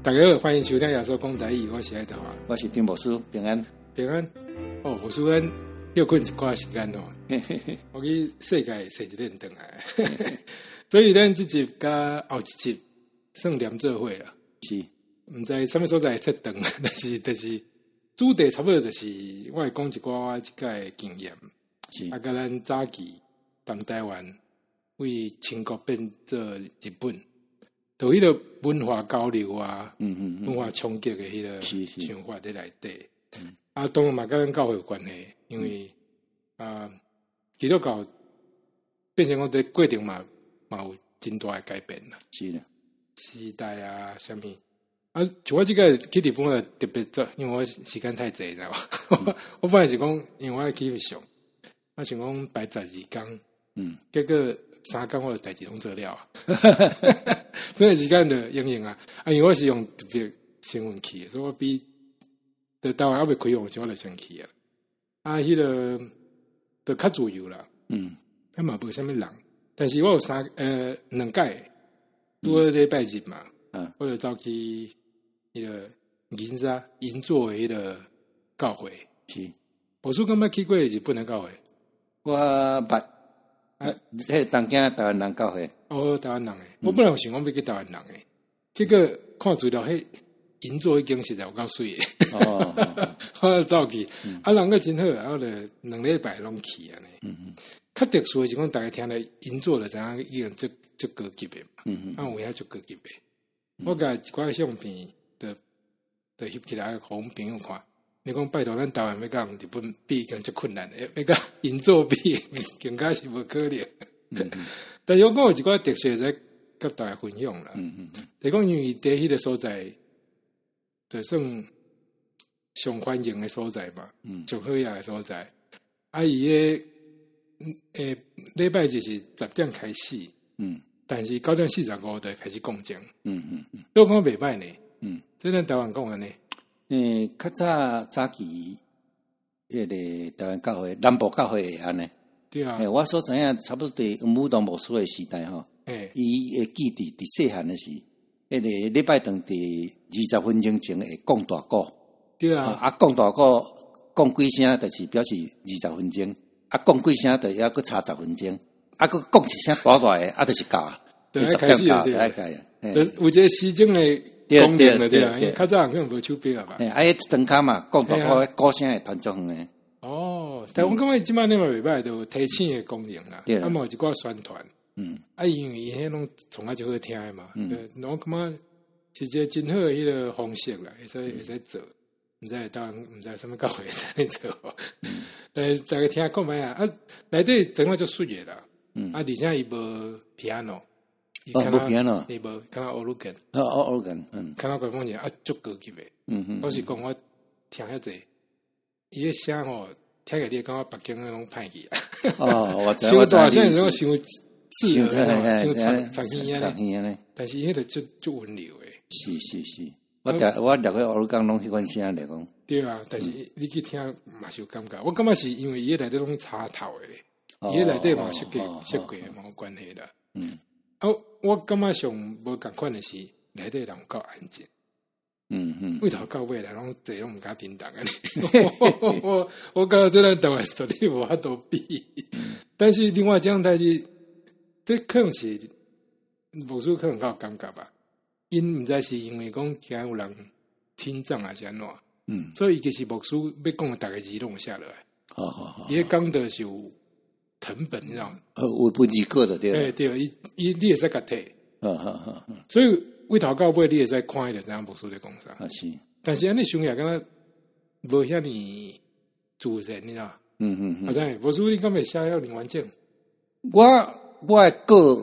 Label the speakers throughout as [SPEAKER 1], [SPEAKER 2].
[SPEAKER 1] 大家好，欢迎收听亚洲公台语，我是爱德华，
[SPEAKER 2] 我是丁牧师，平安
[SPEAKER 1] 平安。哦，牧师咱又困一寡时间咯，我去世界踅一轮回来，所以咱这集甲后一集算连做伙啦。
[SPEAKER 2] 是，
[SPEAKER 1] 毋知什么所在切长，但是主题差不多就是我会讲一寡我即个经验，啊，甲咱早期从台湾为清国变做日本。就迄个文化交流啊，文化冲击的迄个想法在内底，啊，当然嘛跟咱教会有关系，因为基督教变成讲在过程嘛有真大的改变啦，
[SPEAKER 2] 是的，
[SPEAKER 1] 时代啊，什么啊，像我这个去日本的特别早，因为我时间太济，知道吧？我本来是讲，因为我要去上，我想讲排12天，结果3天我就代志拢做了，所以时间就用啊。因为我是用特别新闻去的，所以我比在台湾还未开放时我就先去啊。迄个就较自由啦，嘛无啥物人，但是我有2届，拄好礼拜日嘛，我就走去迄个银座的迄个教会。
[SPEAKER 2] 是，
[SPEAKER 1] 我说感觉去过日本的教会，
[SPEAKER 2] 我捌。迄东京台湾人教会，
[SPEAKER 1] 台湾人诶，我本来有想讲要去台湾人诶，结果看资料，迄银座已经实在有够水诶，我走去，人个真好，然后就2礼拜拢去安尼。较特殊诶是讲，大家听咧银座就知影已经足高级诶嘛，有遐足高级诶。我甲一寡相片，就翕起来，互阮朋友看。你讲拜托，咱台湾要甲日本比，已经足困难诶，要甲银座比，更加是无可能。但是我讲有一寡特色在甲大家分享啦。就讲因为伫迄个所在，就算上欢迎诶所在嘛，上好呀诶所在。伊诶礼拜日是10点开始，但是9点45就开始讲讲。我讲袂歹呢，即咱台湾讲安尼。
[SPEAKER 2] 较早期，迄个台湾教会、南部教会会安尼。
[SPEAKER 1] 对啊。
[SPEAKER 2] 我所知影，差不多伫武当牧师的时代吼，伊会记伫细汉的时，迄个礼拜堂伫20分钟前会讲大鼓。
[SPEAKER 1] 对啊。
[SPEAKER 2] 讲大鼓，讲几声就是表示20分钟，讲几声就还佫差10分钟，佫讲一声大大的，就是够啊。
[SPEAKER 1] 就开始了，有一个时钟的。功能了对啊，因为较早可能无手表吧。
[SPEAKER 2] 增加嘛，讲大鼓鼓声会传足远诶。
[SPEAKER 1] 但我感觉即摆你嘛袂歹，就提醒诶功能啦。嘛有一寡宣传。因为伊迄拢从来就好听诶嘛。我感觉是一个真好诶迄个方式啦，会使做。毋知当然毋知什么教会会使做。但是大家听看觅啊，内底整个就水诶啦。而且伊无 piano。
[SPEAKER 2] 无偏咯，
[SPEAKER 1] 你无看到 organ， 看到官方人足高级诶。我是讲我听遐济，伊个声吼，听起来你感觉北京那种歹去啊。
[SPEAKER 2] 我知。
[SPEAKER 1] 伤大声，种伤刺耳，伤长耳咧。但是迄个足温柔诶。
[SPEAKER 2] 是，我了个 organ 拢迄款声来讲。对
[SPEAKER 1] 啊，但是你去听嘛是有感觉，我感觉是因为伊个内底拢插头诶，伊个内底嘛设计嘛有关系啦。我感觉上无共款的是内底人有够安静。为头到尾来拢坐拢毋敢叮当安尼。我感觉这咱台湾绝对无法度比。但是另外一种代志，这可能是牧师可能较有感觉吧。因毋知是因为讲其他有人听障还是安怎。所以伊其实牧师要讲的大概字拢有写落来。好。伊讲的是有藤本，你知道吗？
[SPEAKER 2] 有本字过的对。
[SPEAKER 1] 对，你会使甲摕。所以为头到尾，你会使看迄个怎样牧师在讲啥。
[SPEAKER 2] 是。但
[SPEAKER 1] 是安尼想起来，敢若无遐尼自然，你知道？我知牧师，你敢会写遐尼完整？
[SPEAKER 2] 我的歌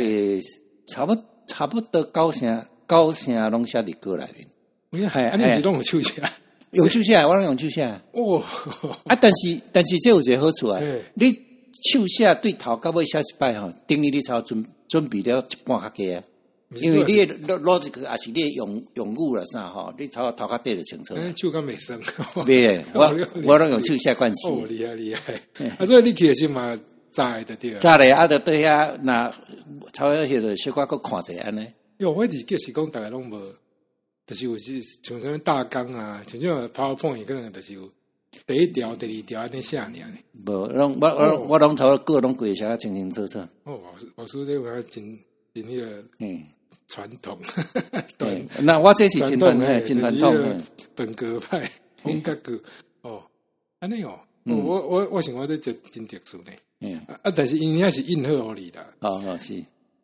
[SPEAKER 2] 差不多9声拢写伫歌内面。
[SPEAKER 1] 安尼是拢有手写。
[SPEAKER 2] 用手写，我拢用手写。但是这有一个好处啊，你手写对头到尾写一摆吼，等于你才准备了一半较加啊。因为你逻辑也是你用语啦啥吼，你头壳底就清楚。
[SPEAKER 1] 手敢袂酸。
[SPEAKER 2] 袂，我拢用手写惯势。
[SPEAKER 1] 厉害。所以你其实嘛早的对。
[SPEAKER 2] 早咧，就对遐那差不多迄个小可佫看者安尼。
[SPEAKER 1] 我伫记是讲大家拢无就是有是像什么大纲啊，像这种 PowerPoint 可能就是有第一条、第二条安尼写尔。
[SPEAKER 2] 无，我拢头个拢规写清清楚楚。
[SPEAKER 1] 哦，老师这个真迄个传统。
[SPEAKER 2] 对，那我这是真传统，
[SPEAKER 1] 本格派风格个哦，安尼哦，我想我这就真特殊呢。但是因也是应和而已啦。
[SPEAKER 2] 哦，是。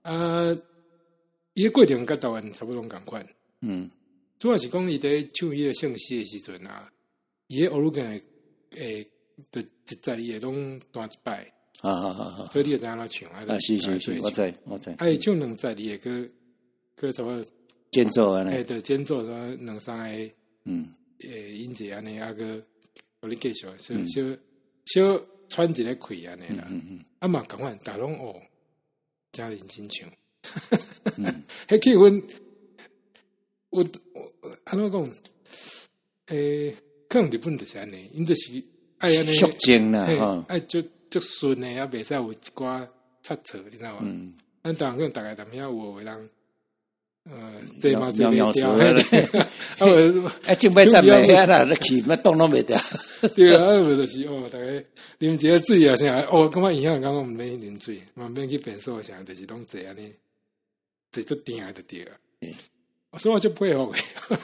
[SPEAKER 1] 伊个过程甲台湾差不多共款。主要是讲伊在唱迄个圣诗的时阵啊，伊个俄鲁根的一在伊会拢弹一摆。所以你就知影他唱啊。
[SPEAKER 2] 是，我知。
[SPEAKER 1] 伊唱两在，你会个什么
[SPEAKER 2] 间奏安尼？
[SPEAKER 1] 对，间奏什么两三个音节安尼，个互你继续小喘一个气安尼啦。嘛共款，大拢真认真唱。迄气氛，我安怎讲？可能日本就是安尼，因就是爱安尼
[SPEAKER 2] 肃静啦，
[SPEAKER 1] 爱足顺诶，也袂使有一寡差错，你知道吗？咱台湾可能大概踮遐有诶人，这嘛这袂掉，
[SPEAKER 2] 正摆站袂遐啦，气嘛动拢袂掉。
[SPEAKER 1] 对啊，无就是大家啉一个水啊，啥感觉影响感觉毋免啉水，嘛免去便所啥，就是拢坐安尼。这就定就对了，所以我就配合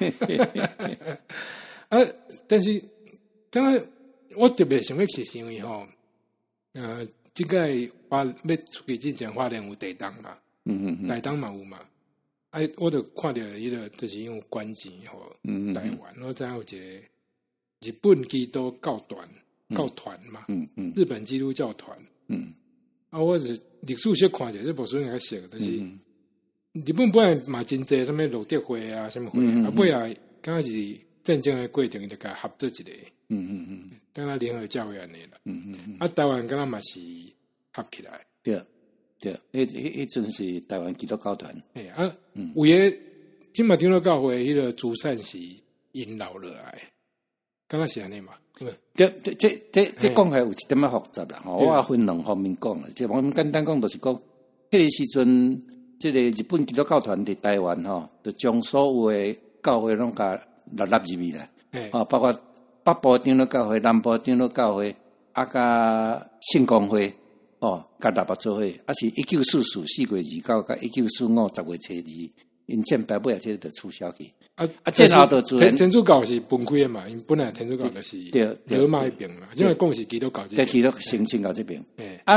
[SPEAKER 1] 但是刚刚我特别想要去，是因为这个要出去之前，花莲有地档嘛，台档嘛有嘛，我就看到迄个就是因为关键台湾，我知有一个日本基督教团嘛，日本基督教团，我是历史小看者，这无算较熟，但是。日本本来嘛真济什么路德会啊，什么会尾啊，刚开始战争的过程就甲合作一个，刚刚联合教会安尼啦，台湾刚刚嘛是合起来，
[SPEAKER 2] 对，迄阵是台湾基督教团，
[SPEAKER 1] 有诶，今嘛长老教会迄个主善是因老落来，刚刚是安尼嘛，
[SPEAKER 2] 这讲起来有一点仔复杂啦，我也分两方面讲啦，这方面简单讲就是讲，迄个时阵。这个日本基督教团伫台湾就将所有的教会拢甲纳入去啦。包括北部长老教会、南部长老教会，甲圣公会，甲纳入做伙。是1944 4月29甲1945 10月初2，因战败尾这就取消去。这后就自然
[SPEAKER 1] 天主教是分开的嘛，因本来天主教就是罗马迄边嘛，因为讲是基督教这边，
[SPEAKER 2] 基督教这边。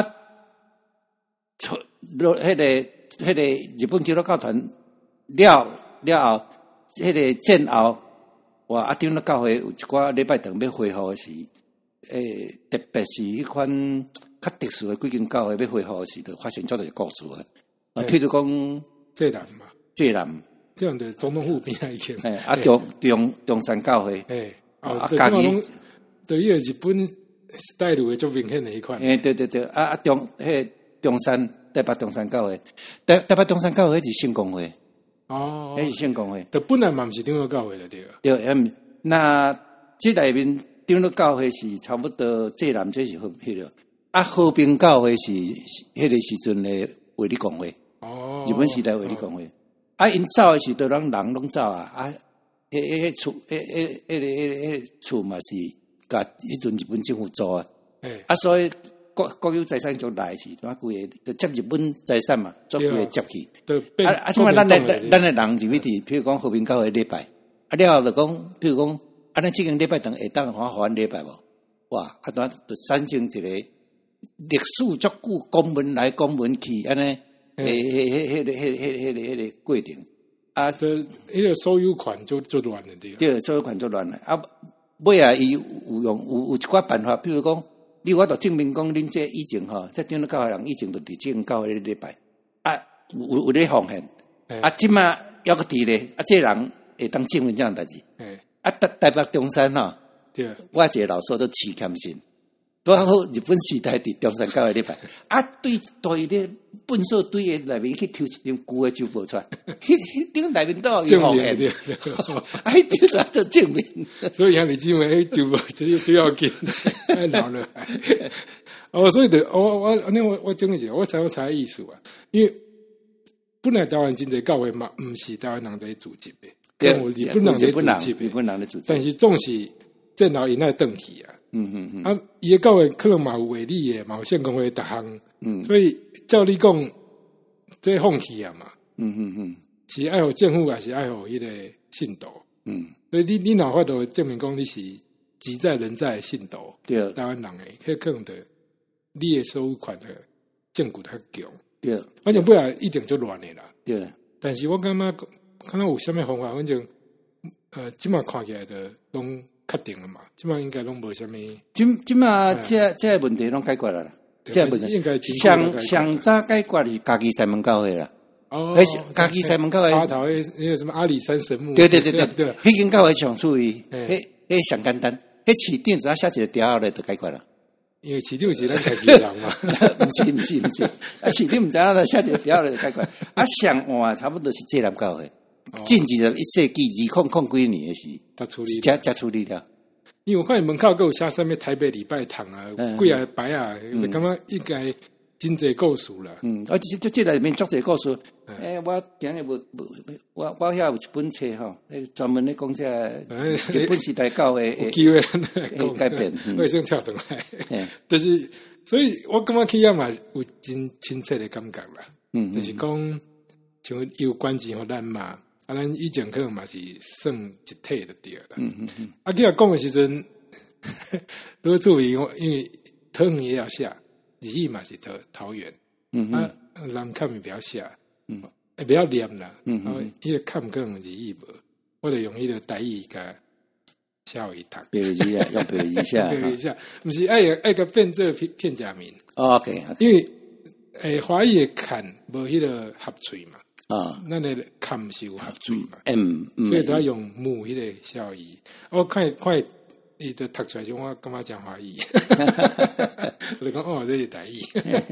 [SPEAKER 2] 迄个日本基督教团了后，迄个战后，长老教会有一寡礼拜堂要恢复时，特别是迄款较特殊的几间教会要恢复时，就发生足多故事譬如讲
[SPEAKER 1] 济南嘛，这样的总统府边仔去。
[SPEAKER 2] 中山教会，
[SPEAKER 1] 家己对迄个日本带入的足明显的一款。
[SPEAKER 2] 对，迄个中山台北中山教会，台北中山教会是圣公会，迄是圣公会。
[SPEAKER 1] 但本来嘛毋是长老教会了，对。
[SPEAKER 2] 那这内面长老教会是差不多济南，这是迄个。和平教会是迄个时阵的卫理公会，日本时代卫理公会。因走的是都人拢走啊，迄厝嘛是甲迄阵日本政府租啊，所以。国有财产就来是，怎规个就接日本财产嘛，做规个接去。即嘛咱的人就去譬如讲和平教会礼拜，了后就讲，譬如讲，咱这间礼拜堂会当还礼拜无？哇，就产生一个历史足久，公文来公文去，安尼，迄个过程。
[SPEAKER 1] 迄个所有权就乱了
[SPEAKER 2] 对，所有权就乱了。尾伊有一寡办法，譬如讲。我就证明讲，恁这以前这长老教会人以前就伫这间教会礼拜，有咧奉献，即马抑个伫咧，这人会当证明这样代志。台北中山对，我一个老师都持谦信，多好日本时代伫中山教会礼拜，对咧粪扫堆诶内面去抽一张旧诶旧报出来，迄张内面都有奉献，迄张才做证明。
[SPEAKER 1] 所以你认为旧报就要紧，老了。所以我讲一下，我猜意思啊，因为本来台湾真济教会嘛，毋是台湾人在组织的，
[SPEAKER 2] 日本人的主，
[SPEAKER 1] 但是总是战后因爱转去啊。啊，伊个教会可能嘛有违例的，嘛有宪公会逐项，所以照你讲，这放弃啊嘛。是爱互政府，还是爱互迄个信徒？所以你哪法度证明讲你是己在人在的信徒？对，台湾人诶，迄可能的你的收款的证据较强。对，反正本来一定就乱的啦。对，但是我感觉看有啥物方法，反正即马看起来的拢确定了嘛，即马应该拢无啥物。
[SPEAKER 2] 即马这问题拢解决了啦。这问题应该上早解决是家己西门教会啦。家己西门教会。插
[SPEAKER 1] 头那个什么阿里山神木。
[SPEAKER 2] 对，迄间教会上处于，迄上简单，迄市长只要写一个条咧就解决了。
[SPEAKER 1] 因为市长是咱家己人嘛，
[SPEAKER 2] 不是，市长唔知影写一个条咧就解决。上换差不多是这南教会，近几的1世纪2000几年的时，
[SPEAKER 1] 才处理，
[SPEAKER 2] 才处理了。
[SPEAKER 1] 因为我看门口还有写上面台北礼拜堂啊，几啊排啊，就感觉应该真侪故事啦。
[SPEAKER 2] 这里面足侪故事。我今日我遐有一本册吼，专门咧讲日本时代教会
[SPEAKER 1] 有机会
[SPEAKER 2] 改变。
[SPEAKER 1] 我想跳转来，就是所以我感觉去遐嘛有真亲切的感觉啦。就是讲像有关系互咱嘛，咱以前可能嘛是算一体就对啦。去遐讲的时阵，都注意，因为桃园也要写，日语嘛是桃园，人看不要写。不要念啦，迄个看可能日语无，我就用迄个台语甲写互伊读。
[SPEAKER 2] 标语啊，用标语下，
[SPEAKER 1] 标语下，毋是爱个变做片假名。
[SPEAKER 2] OK，
[SPEAKER 1] 因为华语的看无迄个合喙嘛，咱的看是有合喙嘛，所以都要用母迄个效益。我看伊就读出来，就我感觉讲华语，我就讲这是台语。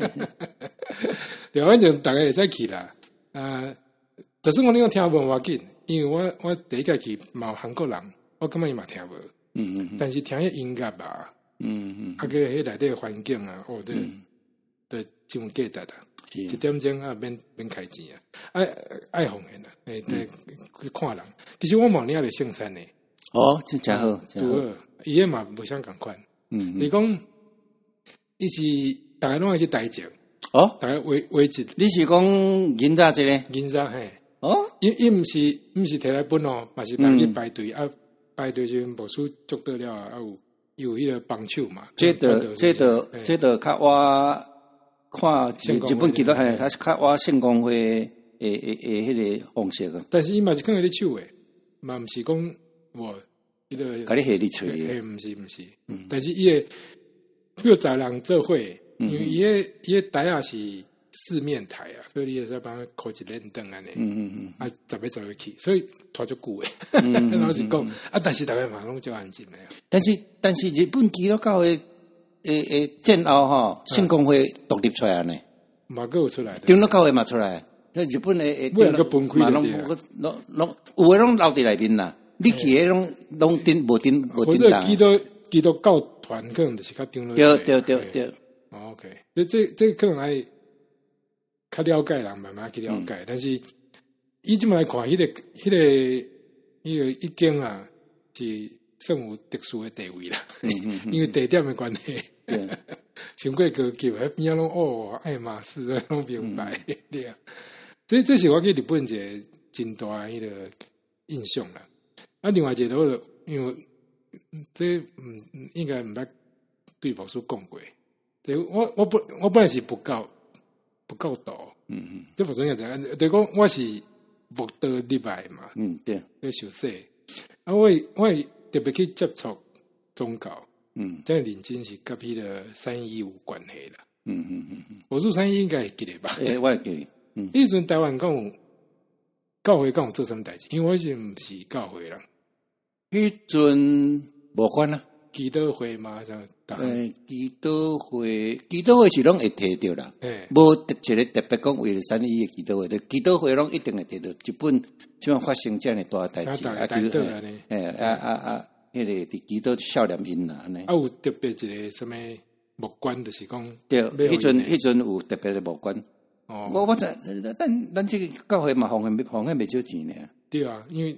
[SPEAKER 1] 对，反正大家会使去啦。就算我你讲听无要紧，因为我第一届去嘛有韩国人，我感觉伊嘛听无，但是听迄音乐吧，个迄内底环境啊，都真有价值啦，1点钟啊免开钱啊，爱奉献啦，去看人。其实我嘛领了圣餐呢，
[SPEAKER 2] 真正好，
[SPEAKER 1] 真好，伊个嘛无相共款，你讲伊是大家拢爱去台前。大家维一，
[SPEAKER 2] 你是讲银早这个？
[SPEAKER 1] 银早嘿，伊毋是摕来本嘛是大家去排队排队就无输足得了啊，有迄个帮手嘛。
[SPEAKER 2] 这较我看日本其他还是较我圣公会迄个方式啊。
[SPEAKER 1] 但是伊嘛是看迄个手诶，嘛毋是讲我迄个。
[SPEAKER 2] 甲你下你吹
[SPEAKER 1] 诶，毋是，但是伊诶，比如在人做伙。因为伊个台啊是4面台啊，所以你也是要帮他靠一连灯安尼。走来去，所以拖足久诶。老实讲，但是大家嘛拢足安静诶。
[SPEAKER 2] 但是日本基督教诶战后吼，圣公会独立出来呢。
[SPEAKER 1] 嘛个有出来的。
[SPEAKER 2] 基督教会嘛出来，日本诶
[SPEAKER 1] 不然个崩溃了。
[SPEAKER 2] 拢有诶拢留伫内面啦。你去诶拢无顶
[SPEAKER 1] 或者基督教团可能就是较顶落。
[SPEAKER 2] 对。
[SPEAKER 1] OK， 这可能爱较了解人，慢慢去了解。但是伊即么来看，迄个已经啊，是算有特殊的地位啦。因为地点的关系，像过高级，迄边拢爱马仕拢明白对啊。所以这是我去日本一个真大迄个印象啦。另外一个都因为这应该毋捌对牧师讲过。我本来是不够道，这不重要的。就讲我是牧道入来嘛，
[SPEAKER 2] 对，
[SPEAKER 1] 要受洗。我特别去接触宗教，这样认真是跟迄个311有关系啦。我说311应该会记得吧？
[SPEAKER 2] 我会记得。
[SPEAKER 1] 迄阵台湾讲教会有做什么代志？因为我以前毋是教会人，
[SPEAKER 2] 迄阵无关啦。
[SPEAKER 1] 基督会嘛，
[SPEAKER 2] 基督会是拢会摕到啦，无一个特别讲为了311的基督会，基督会拢一定会摕到。日本即样发生这样的大代志，迄个伫基督少年院啦，安尼。
[SPEAKER 1] 有特别一个什么木关，就是讲
[SPEAKER 2] 对，迄阵有特别的木关。我知，咱这个教会嘛，奉献袂少钱呢。
[SPEAKER 1] 对啊，因为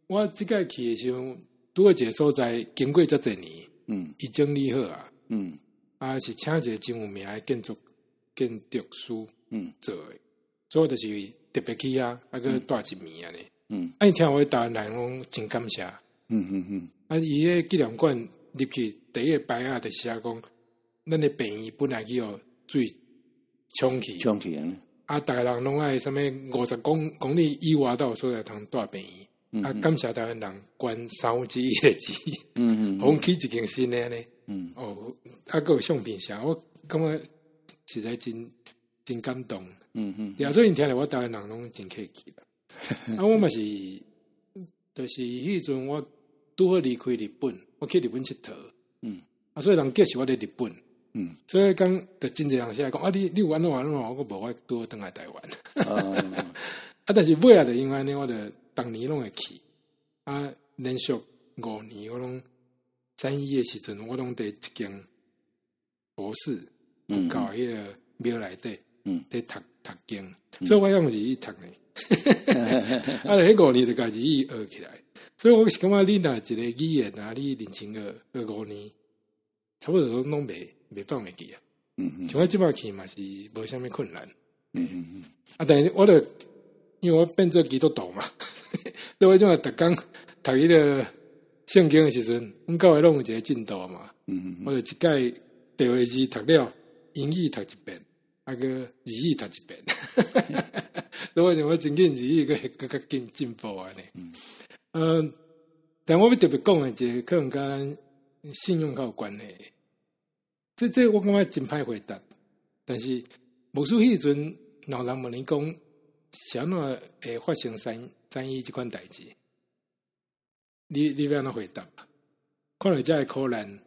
[SPEAKER 1] 我即届去的时候，拄好一个所在，经过遮侪年，伊整理好啊，是请一个真有名的建筑师，做的，所以我就是特别去啊，个带一面安尼，伊听我台湾人拢真感谢，伊个纪念馆入去第一个牌啊，就写讲，咱的病院本来去互水冲去，逐个人拢爱啥物50公里以外都有所在通带病院，感谢台湾人捐3分之1的钱，互起一间新的呢，还有相片写，我感觉实在真感动，所以听了我台湾人拢真客气啦，我嘛是，就是迄阵我拄好离开日本，我去日本佚佗，所以人结识我伫日本。所以讲，就真侪人写讲你有安怎，我无我拄好转来台湾。但是尾仔就因为呢，我就当年拢会去，连续5年，我拢3·1的时阵，我拢伫一间博士搞迄个庙内底，伫读经，所以我用日语读呢。迄5年就家日语学起来，所以我是感觉你若一个语言你认真学5年，差不多拢袂放袂记啊，像我即摆去嘛是无啥物困难，但是我因为我变做基督徒嘛，对我种逐工读迄个圣经的时阵，阮教会拢有一个进度嘛，我就一届地位字读了，英语读一遍，个日语读一遍，所以我真紧日语更较进步啊呢，但我要特别讲的一个可能甲咱信用较有关系。这我感觉真歹回答，但是牧师迄阵老人问你讲，是安怎会发生3·1这款代志？你要安怎回答？看来遮会苦难。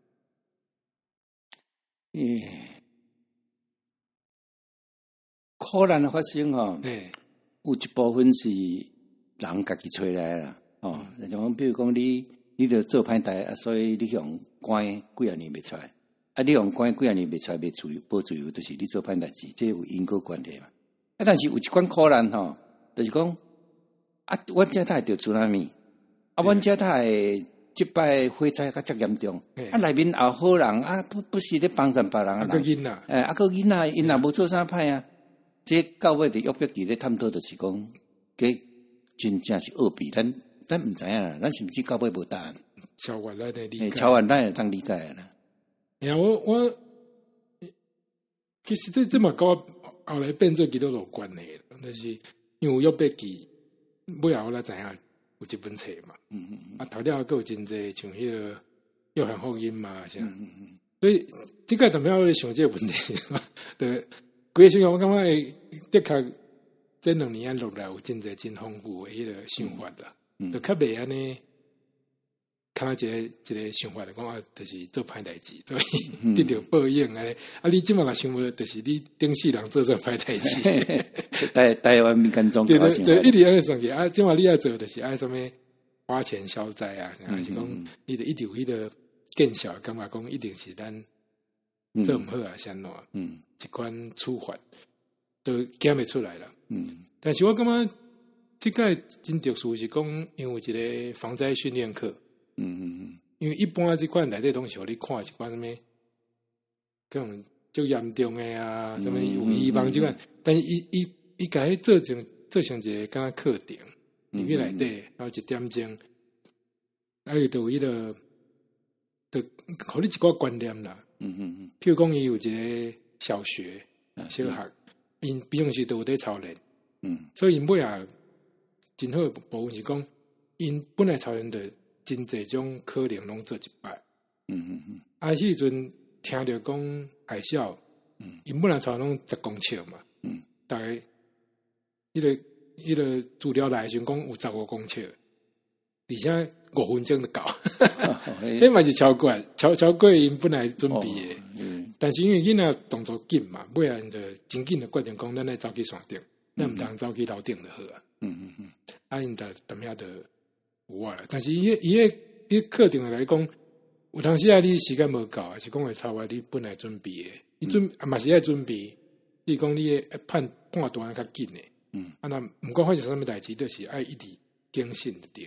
[SPEAKER 2] 苦难的发生有一部分是人家己找来啦，就讲比如讲你着做歹代，所以你向关几啊年袂出来。你用关几啊年袂出来，袂自由，无自由，就是你做歹代志，这有因果关系嘛。但是有一款苦难就是讲阮遮他会着津波，阮遮他会即摆火灾较严重，内面也好人不是咧帮衬别人啊，个囡仔，因也无做啥歹啊。这到尾伫约伯记咧探讨，就是讲，这真正是恶弊，咱毋知影啦，咱是毋是到尾无答案？
[SPEAKER 1] 超越咱的理解，
[SPEAKER 2] 超越咱会当理解啦。
[SPEAKER 1] 我其实这嘛跟我后来变做基督徒有关系，就是因为约伯记尾后我才知影有一本册嘛，头了还有真侪像迄个约翰福音嘛，啥，所以这个怎么样想这个问题？对，规个信仰我感觉的确这2年落来有真侪真丰富的迄个想法啦，就较袂安尼。看到一个想法来讲就是做歹代志，所以得到报应你即马若想无，就是你顶世人做歹代志。
[SPEAKER 2] 台湾民间宗教
[SPEAKER 1] 对，一直安尼算起即马你要做就是啥物花钱消灾还是讲你得一直有迄个见效，感觉讲一定是咱做毋好是安怎？一款处罚都检袂出来啦。但是我感觉即个真特殊是讲，因为一个防灾训练课。因为一般这款内底东西，你看一款什么，可能就严重的什么有希望这款，但是伊甲迄做成一个敢若课程，入去内底，然后1点钟，伊就有迄个，就互你一寡观念啦。譬如讲，伊有一个小学、小学，因平时都有在操练，所以因尾啊，真好部分是讲，因本来操练的。真侪种可能拢做一摆，迄阵听着讲海啸，因本来操拢10公尺嘛，大概迄个资料来时讲有15公尺，而且5分钟就到，迄嘛是超过因本来准备的，但是因为囡仔动作紧嘛，尾仔因就真紧的决定讲，咱来走去山顶，咱毋通走去楼顶就好啊，因就踮遐就。有啦，但是伊个课程来讲，有当时你时间无够，还是讲会超越你本来准备的。你嘛是爱准备，比如讲你的判断较紧的。那毋管发生啥物代志，就是爱一直坚信就对了。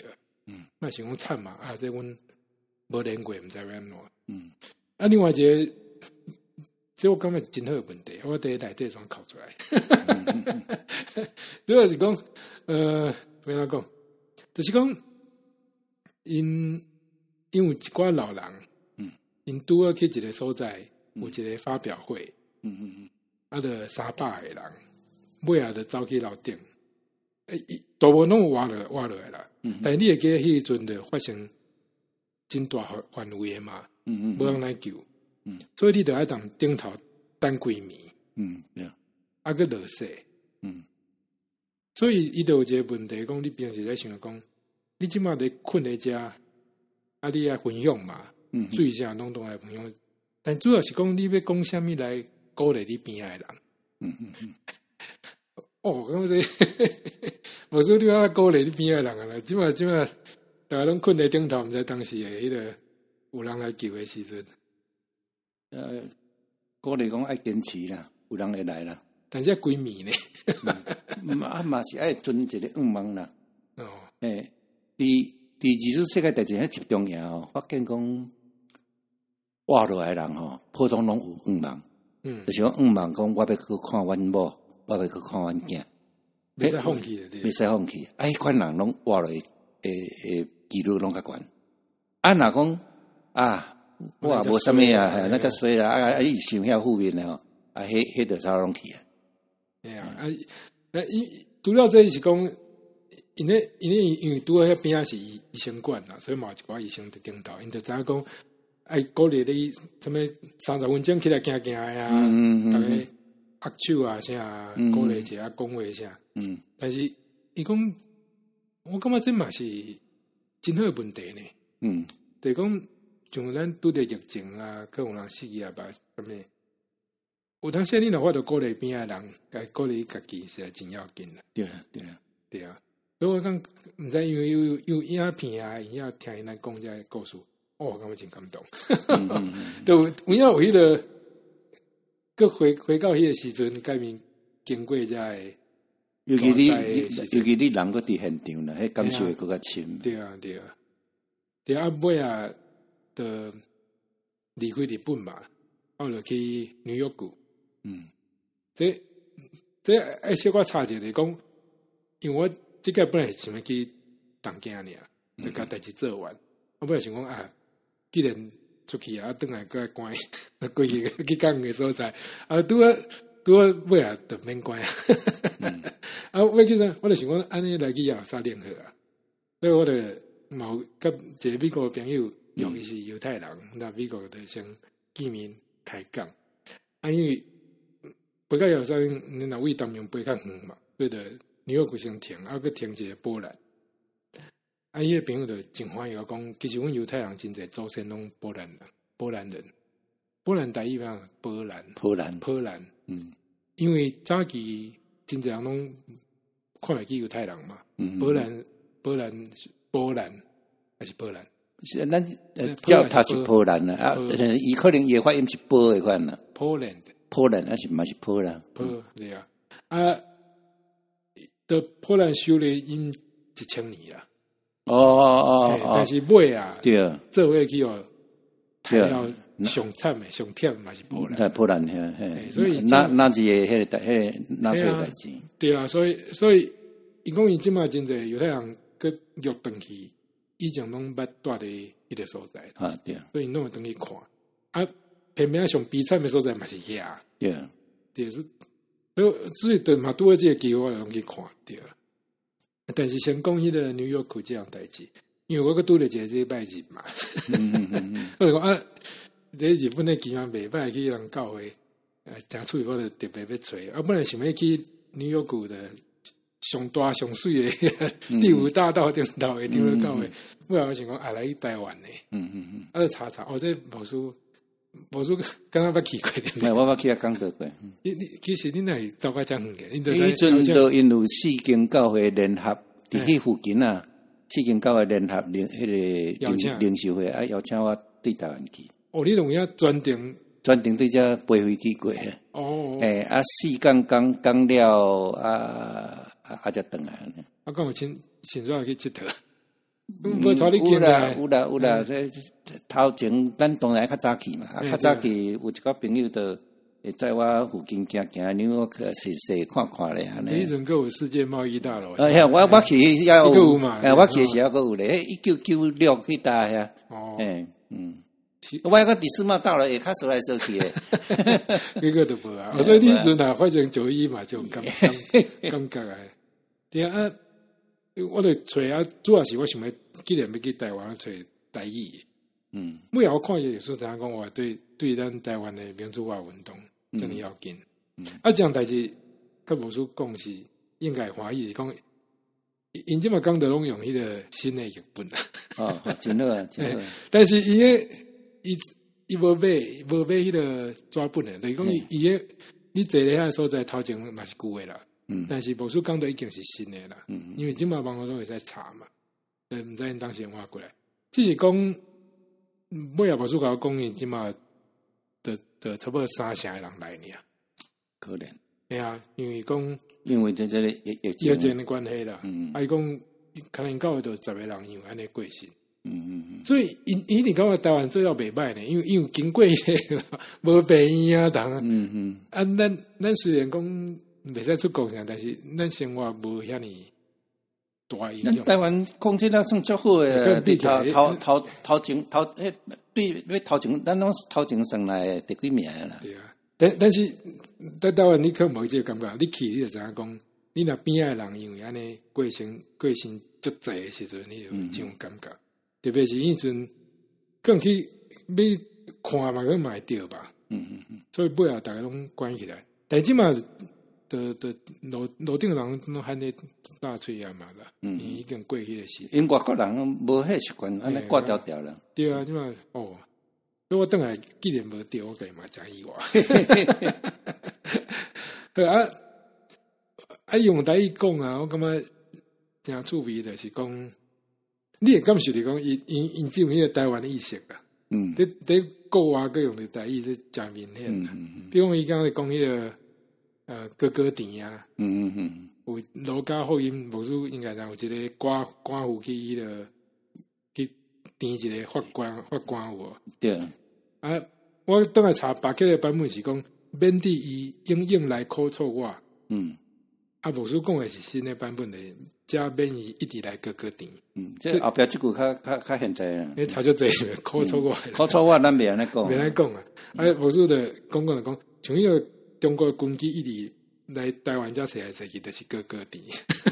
[SPEAKER 1] 那想讲惨嘛啊，这阮无练过，毋知要安怎。啊，另外一个，这我感觉是真好的问题，我伫内底全考出来。主要是讲，要怎讲，就是讲，因有一寡老人，因拄好去一个所在，有一个发表会，啊，就300个人，尾仔就走去楼顶，大部分拢有挖落来啦。但是你会记得迄阵就发生真大范围的嘛，无人来救，所以你就爱当顶头等几暝，啊个落雪，所以伊就有一个问题，讲你平时在想讲，你即马伫困在遮，啊你爱分享嘛，水啥拢爱分享，但主要是讲你要讲啥物来鼓励你边仔的人，哦，咁这。无说你啊鼓励你边仔人啊啦，即马大家拢困在顶头，毋知当时诶迄个有人来救诶时阵，
[SPEAKER 2] 鼓励讲爱坚持啦，有人会来啦。
[SPEAKER 1] 但是几暝
[SPEAKER 2] 呢？啊嘛是爱存一个愿望啦。哦，伫20世界大战迄集中营哦，发现讲活落来人吼，普通拢有愿望，就是讲愿望讲我要去看阮某，我要去看阮囝。
[SPEAKER 1] 袂使放弃的，
[SPEAKER 2] 袂使放弃。啊，迄款人拢活落诶几率拢较悬。啊，若讲啊，我也无啥物啊，那则衰啦。啊，伊想遐负面诶吼，啊，迄着走拢去啊。
[SPEAKER 1] 对啊，伊除了这是讲，因为拄好遐边仔是医生馆啦，所以嘛有一寡医生伫顶头，因着知影讲，爱鼓励你什么30分钟起来行行呀，大家握手啊啥，鼓励一下，讲话啥。但是伊讲，我感觉这嘛是真好的问题呢。就是讲，像咱拄着疫情啊，可有人死啊吧，什么？有当时你若法度鼓励边仔人，该鼓励家己是真要紧啦。对啊。所以我讲，毋知因为有影片啊，影听因来讲这个故事，我感觉真感动。就有影有迄个，佮回到迄个时阵，改面经过遮个。
[SPEAKER 2] 尤其你人搁伫现场啦，迄感受会更较深。
[SPEAKER 1] 对啊，尾啊，就离开日本嘛，后就去纽约谷。这爱小可插一个讲，因为我即个本来是想要去东京尔，就甲代志做完。我本来想讲啊，既然出去啊，转来搁关，过去去讲个所在，啊拄啊尾啊，就免关啊。啊，我其实我就想讲，安尼来去亚萨联合啊，所以我就毛甲一个美国朋友，尤其是犹太人，那美国就先见面开讲。啊，因为飞到亚萨，你若位当面飞较远嘛，所以就纽约先停，啊，佮停一个波兰。啊，伊个朋友就真欢喜我讲，其实阮犹太人真侪祖先拢波兰人，波兰台语讲波兰，因为早期真侪人拢看袂起犹太人嘛，波兰还是波兰？
[SPEAKER 2] 是咱叫他是波兰啦，啊，伊可能也发音是波的款啦。Poland 还是嘛是波兰？
[SPEAKER 1] 对啊，啊，到波兰修了因1000年啦。但是尾啊，
[SPEAKER 2] 对啊，
[SPEAKER 1] 做伙去哦，太要上惨的上忝嘛是波兰。
[SPEAKER 2] 波兰所以那是迄个纳粹代志。
[SPEAKER 1] 对啊，所以伊讲伊即马真侪犹太人佮约登去，以前拢捌住伫迄个所在
[SPEAKER 2] 啊，对啊，
[SPEAKER 1] 所以拢会登去看啊。偏偏上悲惨的所在嘛是遐，
[SPEAKER 2] 对啊，
[SPEAKER 1] 对是，所以等嘛拄好这个机会，我拢去看对。但是先讲迄个纽约区这样代志，因为我个拄着一个礼拜日嘛，我讲啊，在日本的机场袂歹去人教会，真趣我就特别要找。我本来想要去纽约区的上大上水的第5大道顶头的地方教会，后来我想讲啊来台湾的，啊就查，这无说刚刚捌去过，
[SPEAKER 2] 我捌去啊，讲过过。
[SPEAKER 1] 你其实你那走过真远嘅，
[SPEAKER 2] 迄阵都因有4间教会联合伫迄附近啊，4间教会联合迄个领袖会啊，邀请我对台湾去。
[SPEAKER 1] 哦，你拢要专程
[SPEAKER 2] 对遮飞飞机过。哦，啊4天讲了啊才转来。
[SPEAKER 1] 我讲我请假去佚佗。 无带你见
[SPEAKER 2] 啦，有啦，这头前咱当然较早起嘛，较早起有一个朋友就会在我附近行行，你我细看看咧，安尼。
[SPEAKER 1] 这阵个有世界贸易大楼。
[SPEAKER 2] 我去也有
[SPEAKER 1] 嘛，
[SPEAKER 2] 我去时也个有咧，1996去搭遐。
[SPEAKER 1] 哦，
[SPEAKER 2] 我个第四嘛到了，也较说来说去诶，
[SPEAKER 1] 这个都无啊。所以你阵啊，反正91嘛，就感觉啊。对啊，我就找啊，主要是我想要，既然要去台湾找台语。每我看也说，怎样讲话对咱台湾的民主化运动真哩要紧。啊，这样代志，甲无叔讲是应该欢喜，是讲因即嘛讲的拢用迄个新的译本
[SPEAKER 2] 啊。真好啊，真好。
[SPEAKER 1] 但是伊无买迄个纸本的，就是讲伊个你坐咧遐所在头前嘛是旧的啦。但是无叔讲的已经是新的啦。因为即嘛网络都会使查嘛，毋知因当时换过来，只是讲。尾也无叔甲我讲，因即嘛的差不多3成的人来呢，
[SPEAKER 2] 可能。
[SPEAKER 1] 对啊，因为讲
[SPEAKER 2] 因为这个
[SPEAKER 1] 疫情的关系啦，伊讲可能到就10个人因为安尼过身，所以因一定感觉台湾做到袂歹呢，因为经过无病院啊，当啊，咱虽然讲袂使出国啥，但是咱生活无遐尼。
[SPEAKER 2] 咱台湾控制了算足好诶，头前对头前，咱拢头前上来第几名啦？
[SPEAKER 1] 对啊，但是在台湾你可能无这个感觉，你去你就知影讲，你若边仔人因为安尼过身足济诶时阵，你就有这种感觉。特别是迄阵，更去要看嘛，可买着吧。所以尾后大家拢关起来，但即嘛。的楼顶人拢喊你大喙啊嘛啦，已经过迄个时。
[SPEAKER 2] 因外国人无迄习惯，安尼挂条条啦。
[SPEAKER 1] 对啊，即嘛所以我等下既然无对，我家嘛真意外。用台语讲啊，我感觉真趣味的是讲，你会感受着讲，因只有迄个台湾的意识啦。伫国外个用的台语是真明显啦。比如伊刚才讲迄个。哥哥店啊，有罗家福音，无输应该有一个官府去迄个去填一个法官有。
[SPEAKER 2] 对
[SPEAKER 1] 啊，我等下查白克的版本是讲缅甸伊用来口错我。啊，无输讲的是新的版本的，加缅伊一直来哥哥店。
[SPEAKER 2] 这后壁即句较现在啦。
[SPEAKER 1] 头就这口错我，
[SPEAKER 2] 口错我咱袂安尼讲，
[SPEAKER 1] 袂安尼讲啊。无输的讲像迄个。中国军机一直来台湾遮找来找去，就是哥哥店。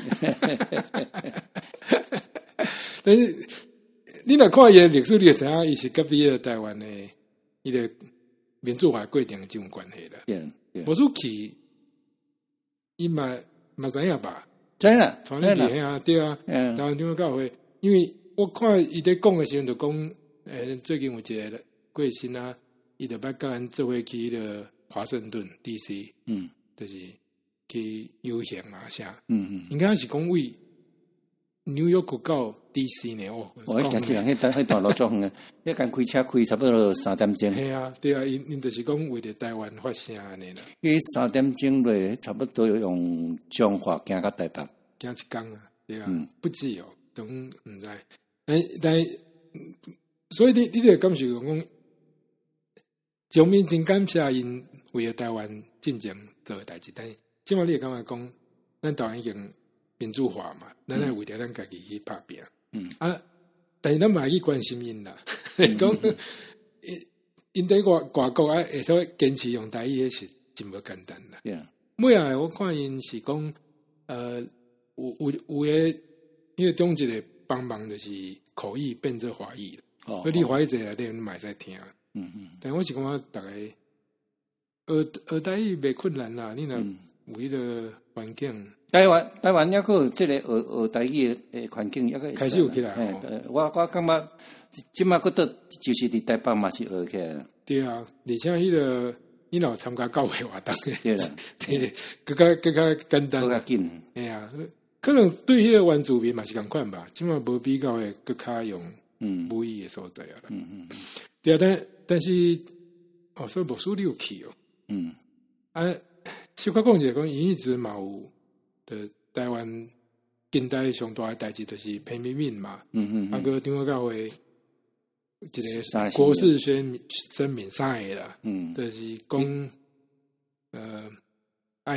[SPEAKER 1] 但是你若看伊的历史，你就知影伊是甲比台湾的伊个民主化过程这种关系啦。无输去，伊嘛知影吧？
[SPEAKER 2] 知啦，
[SPEAKER 1] 传你去啊，对啊。台湾中国教会，因为我看伊在讲的时候就讲，最近有一个过身啊，伊就捌甲咱做伙去迄个。华盛顿 DC， 就是去游行啊啥，应该是讲为纽约到 DC 呢
[SPEAKER 2] 我讲起来，迄段路足远诶，迄间开车开差不多3点钟。
[SPEAKER 1] 系啊，对啊，因就是讲为着台湾发声安尼啦。
[SPEAKER 2] 伊3点钟落，差不多用彰化行到台北，
[SPEAKER 1] 行一工啊，对啊，不自由，都毋知。但所以你就感受讲，上面真感谢因。为了台湾进前做诶代志，但是即马你会感觉讲，咱台湾已经民主化嘛，咱来为着咱家己去拍拼。但是咱嘛去关心因啦，讲因在外国啊，会说坚持用台语是真无简单啦。尾啊，我看因是讲，有诶，因为中一个帮忙就是口译变做华语，所以你华语者内底嘛会使听。但我是感觉大概。学台语袂困难啦，你若有迄个环境。
[SPEAKER 2] 台湾抑个即个学台语诶环境抑个
[SPEAKER 1] 开始有起来。
[SPEAKER 2] 我感觉即马佫倒就是伫台北嘛是学起来啦。
[SPEAKER 1] 对啊，而且迄个你若参加教会活动，
[SPEAKER 2] 对啦，
[SPEAKER 1] 更加简单，
[SPEAKER 2] 更加紧。
[SPEAKER 1] 哎呀，可能对迄个原住民嘛是共款吧，即马无比较诶更较用母语诶所在啊。对啊，但是所以无输你有去哦。小可讲者讲，伊一直嘛有的台湾近代上大诶代志就是彭明敏嘛，啊个中央教会一个国事声明3个啦，就是讲爱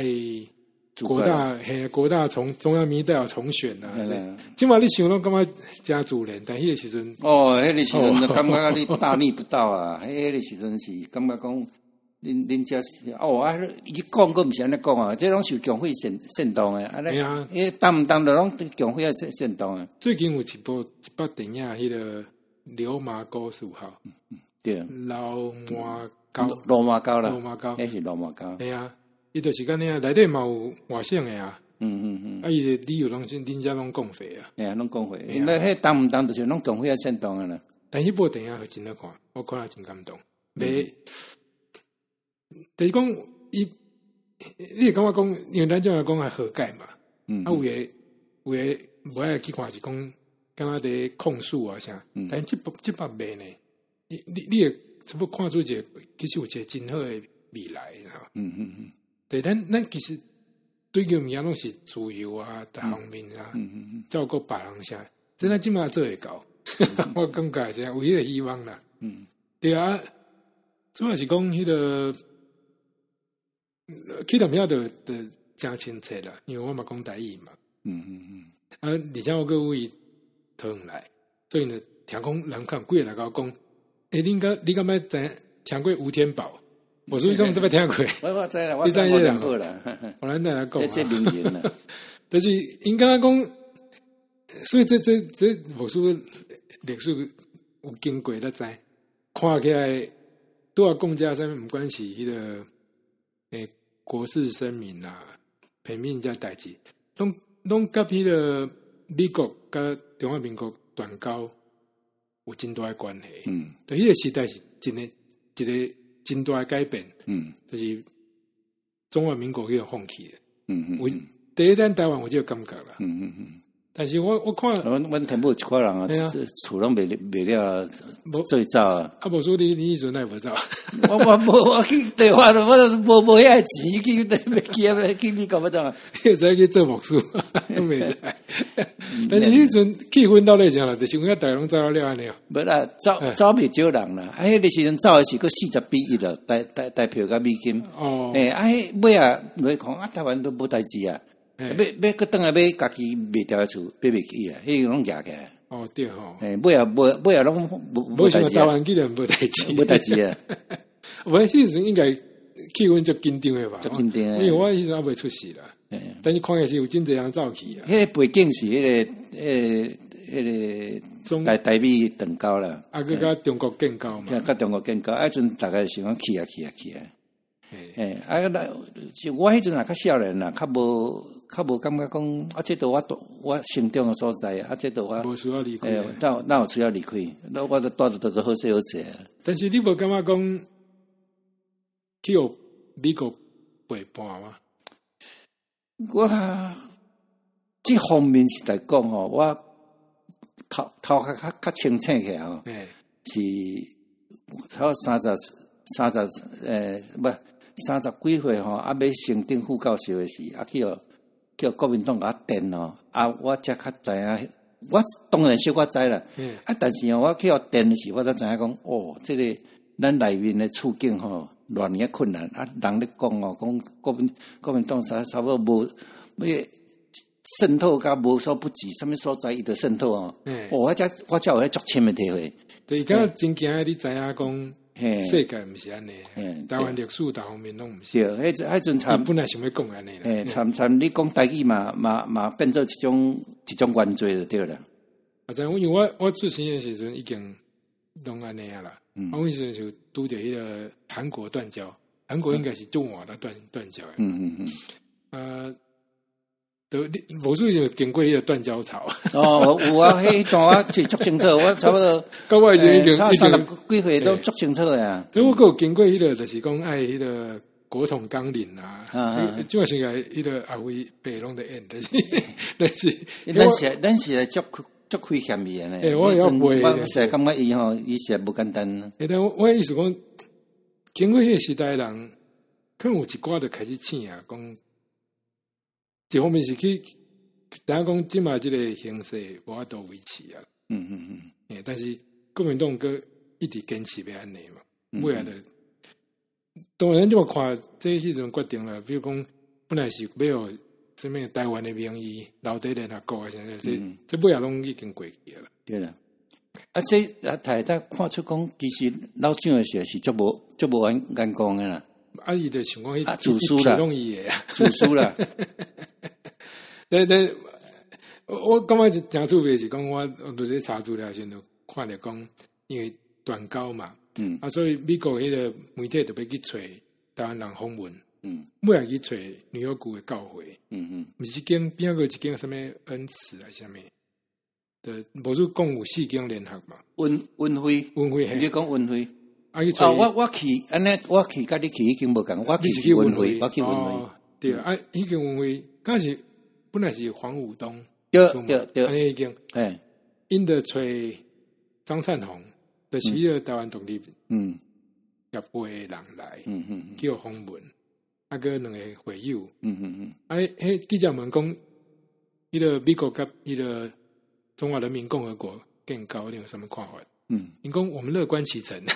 [SPEAKER 1] 国大从中央民意代表重选啊，即嘛你想拢感觉真自然，但迄个时阵
[SPEAKER 2] 迄个时阵就感觉你大逆不道啊，迄个时阵是感觉讲。恁遮是伊讲佫毋是安尼讲啊，这拢受共匪煽动诶，安尼，伊当毋当着拢共匪煽动诶。
[SPEAKER 1] 最近有一部电影，迄个流麻沟4号，
[SPEAKER 2] 对，
[SPEAKER 1] 老麻沟，
[SPEAKER 2] 罗马沟啦，
[SPEAKER 1] 迄
[SPEAKER 2] 是罗马沟。
[SPEAKER 1] 系啊，伊就是讲呢，内底嘛有外省诶啊，啊，伊诶理由拢是恁遮拢共匪啊，
[SPEAKER 2] 系啊，拢共匪，因为迄当毋当就是拢共匪煽动诶啦。
[SPEAKER 1] 但迄部电影真好看，我看了真感动，就是讲，你会感觉讲，因为咱种来讲系和解嘛，有诶无爱去看是讲，敢若伫控诉啊啥，但即部袂呢，你会差不多看出一个，其实有一个真好诶未来，对，咱其实追求物件拢是自由啊，各方面啊，照顾别人啥，即咱即马做会到，我感觉是有迄个希望啦，对啊，主要是讲迄个。去到遐的真亲切啦，因为我嘛讲台语嘛，而且我各位讨厌来，所以呢，听讲人看几个来甲我讲，你敢捌听过吴天宝？我说你敢捌听过？
[SPEAKER 2] 我知啦，我听过啦。
[SPEAKER 1] 我咱再来讲，
[SPEAKER 2] 这名人啦，
[SPEAKER 1] 就是因敢讲，所以这无说历史有经过才知，看起来都要公家上面唔关系，迄个。国事声明啊，平民遮代志，拢甲迄个美国甲中华民国断交有真大诶关系。对，迄个时代是一个真大诶改变。就是中华民国迄个放弃诶。第一咱台湾有这个感觉啦。但是我看，
[SPEAKER 2] 阮全部一寡人啊，厝拢卖了，做走啊。
[SPEAKER 1] 无说你迄阵奈无走。
[SPEAKER 2] 我去台湾了，我无遐钱去美国要怎啊？
[SPEAKER 1] 使去做牧师，拢袂使。但是迄阵气氛到底是啥啦？就是讲大家拢走了安尼啊。
[SPEAKER 2] 无啦，走袂少人啦。迄个时阵走诶是个40比1了，带票甲美金。尾啊，来看台湾都无代志啊。要去等下要家己卖掉厝，买袂起啊！迄个拢压起来。
[SPEAKER 1] 对吼。
[SPEAKER 2] 尾啊拢
[SPEAKER 1] 无像台湾既然无代志，
[SPEAKER 2] 无代志啊！
[SPEAKER 1] 我迄时阵应该气氛就紧张诶吧？
[SPEAKER 2] 就紧张诶，
[SPEAKER 1] 因为我迄时阵还未出事啦。但是看起是有真侪人走去啊。
[SPEAKER 2] 迄个背景是迄个台美断交啦。
[SPEAKER 1] 佮甲中国建交嘛。
[SPEAKER 2] 甲中国建交，迄阵大概想讲去啊。我迄阵也较少年啦，较无感觉讲，这都我成长的所在啊，这都我
[SPEAKER 1] 无需要离开，
[SPEAKER 2] 那有需要离开，那我都带着好势好势。
[SPEAKER 1] 但是你无感觉讲去互美国背叛吗？
[SPEAKER 2] 我这方面是来讲吼，我头较清醒起来吼，是超30几岁吼，要升正副教授的时，叫国民党甲我电哦，我才较知影，我当然小可知啦，但是我去互电的时，我才知影讲，这个咱内面的处境吼，偌尼困难，人咧讲哦，讲国民党差不多无渗透甲无所不及，什么所在伊就渗透哦，我才有迄足深的体会。
[SPEAKER 1] 对，敢真惊你知影讲。世界毋是安尼，台湾历史大方面拢毋是。
[SPEAKER 2] 迄阵参
[SPEAKER 1] 本来想要讲安尼啦。
[SPEAKER 2] 参你讲台语嘛变做一种原罪就对啦。
[SPEAKER 1] 因为我出生的时阵已经拢安尼啊啦。我迄时阵就拄着迄个韩国断交，韩国应该是中华的断交。无所以就经过迄个断交潮。
[SPEAKER 2] 有啊，迄段我是足清楚，我差不多
[SPEAKER 1] 到我已经
[SPEAKER 2] 30几岁都足清楚呀。
[SPEAKER 1] 所以我有经过迄个，就是讲爱迄个国统纲领啊，即个是个迄个阿辉白龙的演，但是
[SPEAKER 2] 咱是来足开嫌疑的呢。
[SPEAKER 1] 我要背，
[SPEAKER 2] 我是感觉伊是无简单。
[SPEAKER 1] 但我意思讲，经过迄个时代人，可能有一寡就开始醒啊，讲。一方面是去大家讲即马即个形势无法度维持啊。但是国民党佮一直坚持要安尼嘛，未来的当然就看这迄阵决定了，比如讲本来是要有什么台湾的名义留伫联合国啊，现在这尾也拢已经过去了。
[SPEAKER 2] 对啦，这台大看出讲，其实老蒋的时候是足无眼光的啦。
[SPEAKER 1] 伊就想讲
[SPEAKER 2] 自私啦，自私啦。
[SPEAKER 1] 但我感觉真趣味是讲，我伫查资料时就看着讲，因为断交嘛，所以美国迄个媒体特别去找台湾人访问，尾来去找纽约区的教会，毋是间边个一间什么恩慈啊，什么的，无是讲有4间联合嘛，
[SPEAKER 2] 温辉，你讲温辉。我去安尼，我去甲你去已经无共，我去温辉，我去温辉。
[SPEAKER 1] 对啊，迄间温辉，刚是本来是黄武东，
[SPEAKER 2] 对，
[SPEAKER 1] 安尼已经，因着找张灿宏，就是迄个台湾独立协会的人来，叫访问，个两个会友，迄记者问讲，迄个美国甲迄个中华人民共和国建交，你有什么看法？因讲我们乐观其成，